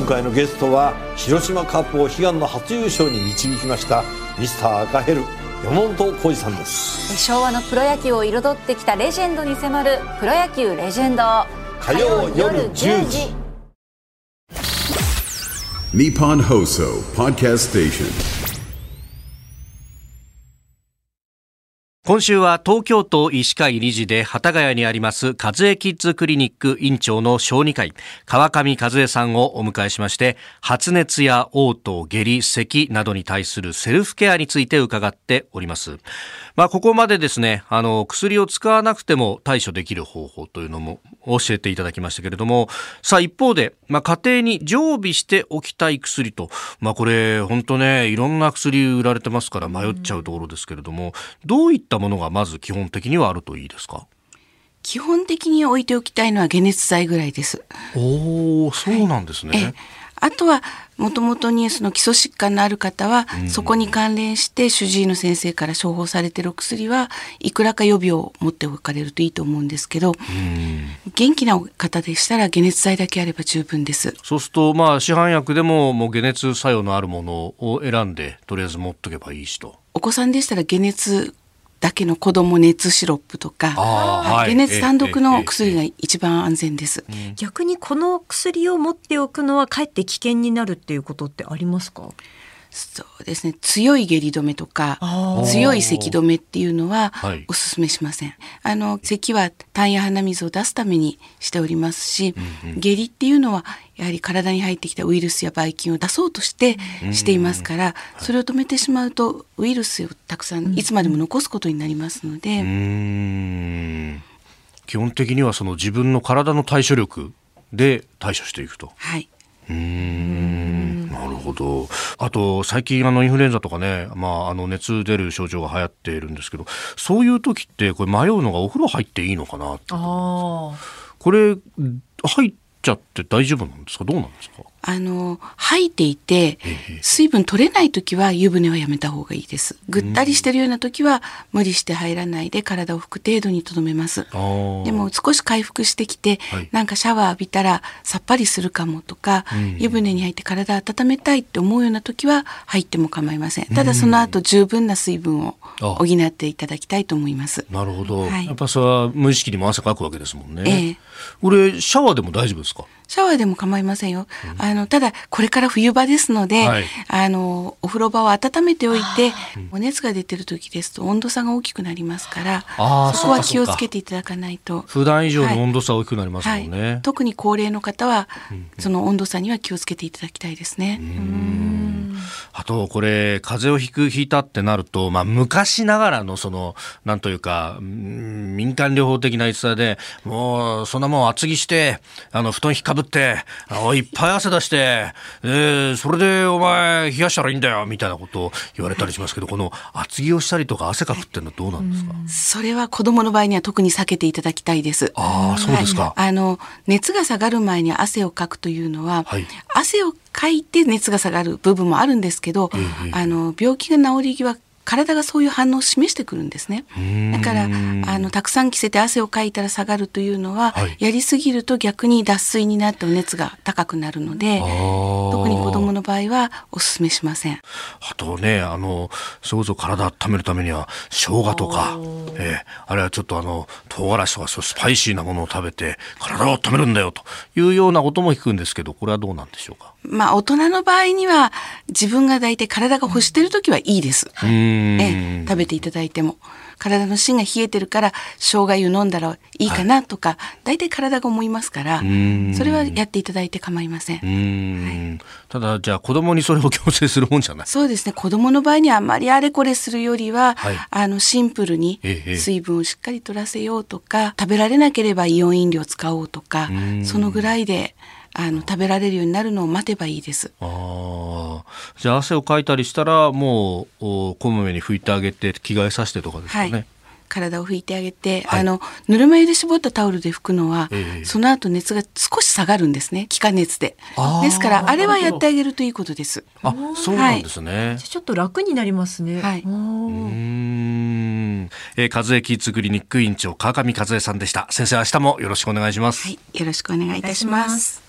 回のゲストは広島カップを悲願の初優勝に導きましたミスター赤ヘル山本浩二さんです。 昭和のプロ野球を彩ってきたレジェンドに迫るプロ野球レジェンド、 火曜夜10時ニッポン放送ポッドキャストステーション。 今週は東京都医師会理事で幡ヶ谷にあります和江キッズクリニック院長の小児科医川上和江さんをお迎えしまして、発熱や嘔吐、下痢、咳などに対するセルフケアについて伺っております。ここまでですね、薬を使わなくても対処できる方法というのも教えていただきましたけれども、さあ一方で、家庭に常備しておきたい薬と、これ本当ね、いろんな薬売られてますから迷っちゃうところですけれども、どういったものがまず基本的にはあるといいですか？ 基本的に置いておきたいのは解熱剤ぐらいです。 おー、そうなんですね。 あとはもともとにその基礎疾患のある方は、そこに関連して主治医の先生から処方されているお薬はいくらか予備を持っておかれるといいと思うんですけど、元気な方でしたら解熱剤だけあれば十分です。 そうすると市販薬でも解熱作用のあるものを選んでとりあえず持っとけばいいしと。 お子さんでしたら解熱だけの子ども熱シロップとか、解熱単独の薬が一番安全です。 逆にこの薬を持っておくのはかえって危険になるっていうことってありますか？ そうですね、強い下痢止めとか強い咳止めっていうのはおすすめしません。咳は痰や鼻水を出すためにしておりますし、下痢っていうのはやはり体に入ってきたウイルスやばい菌を出そうとしていますから、それを止めてしまうとウイルスをたくさんいつまでも残すことになりますので、 基本的にはその自分の体の対処力で対処していくと。 はい。 なるほど。あと最近インフルエンザとかね、熱出る症状が流行っているんですけど、そういう時ってこれ迷うのがお風呂入っていいのかなって。これ入っちゃって大丈夫なんですか？どうなんですか？ 吐いていて水分取れない時は湯船はやめた方がいいです。ぐったりしてるような時は無理して入らないで体を拭く程度にとどめます。でも少し回復してきて、なんかシャワー浴びたらさっぱりするかもとか、湯船に入って体温めたいって思うような時は入っても構いません。ただその後十分な水分を補っていただきたいと思います。なるほど、やっぱそれは無意識にも汗かくわけですもんね。これシャワーでも大丈夫ですか？ シャワーでも構いませんよ。ただこれから冬場ですので、お風呂場を温めておいて、お熱が出てる時ですと温度差が大きくなりますから、そこは気をつけていただかないと。 普段以上の温度差大きくなりますもんね。 特に高齢の方は、その温度差には気をつけていただきたいですね。 あとこれ風邪をひいたってなると、昔ながらのなんというか民間療法的な言い伝えで、もうそんなもん厚着して布団ひっかぶっていっぱい汗出して、それでお前冷やしたらいいんだよみたいなことを言われたりしますけど、この厚着をしたりとか汗かくっていうのはどうなんですか？ それは子どもの場合には特に避けていただきたいです。 そうですか。 熱が下がる前に汗をかくというのは、汗をかいて熱が下がる部分もあるんですけど、病気が治り際体がそういう反応を示してくるんですね。だからたくさん着せて汗をかいたら下がるというのは、やりすぎると逆に脱水になって熱が高くなるので、特に子どもの場合はお勧めしません。 あとね、それこそ体温めるためには生姜とか、あれはちょっと唐辛子とかスパイシーなものを食べて体を温めるんだよというようなことも聞くんですけど、これはどうなんでしょうか？ 大人の場合には自分が大体体が欲している時はいいです。食べていただいても体の芯が冷えてるから生姜湯飲んだらいいかなとか、大体体が思いますから、それはやっていただいて構いません。 ただじゃあ子供にそれを強制するもんじゃない？ そうですね、子供の場合にはあまりあれこれするよりは、シンプルに水分をしっかり取らせようとか、食べられなければイオン飲料使おうとか、そのぐらいで食べられるようになるのを待てばいいです。 じゃあ汗をかいたりしたらもうこまめに拭いてあげて着替えさせてとかですかね？ 体を拭いてあげて、ぬるま湯で絞ったタオルで拭くのは、その後熱が少し下がるんですね、気化熱で。ですからあれはやってあげるといいことです。 そうなんですね。 ちょっと楽になりますね。 和江キッズクリニック院長川上和江さんでした。先生、明日もよろしくお願いします。 よろしくお願いいたします。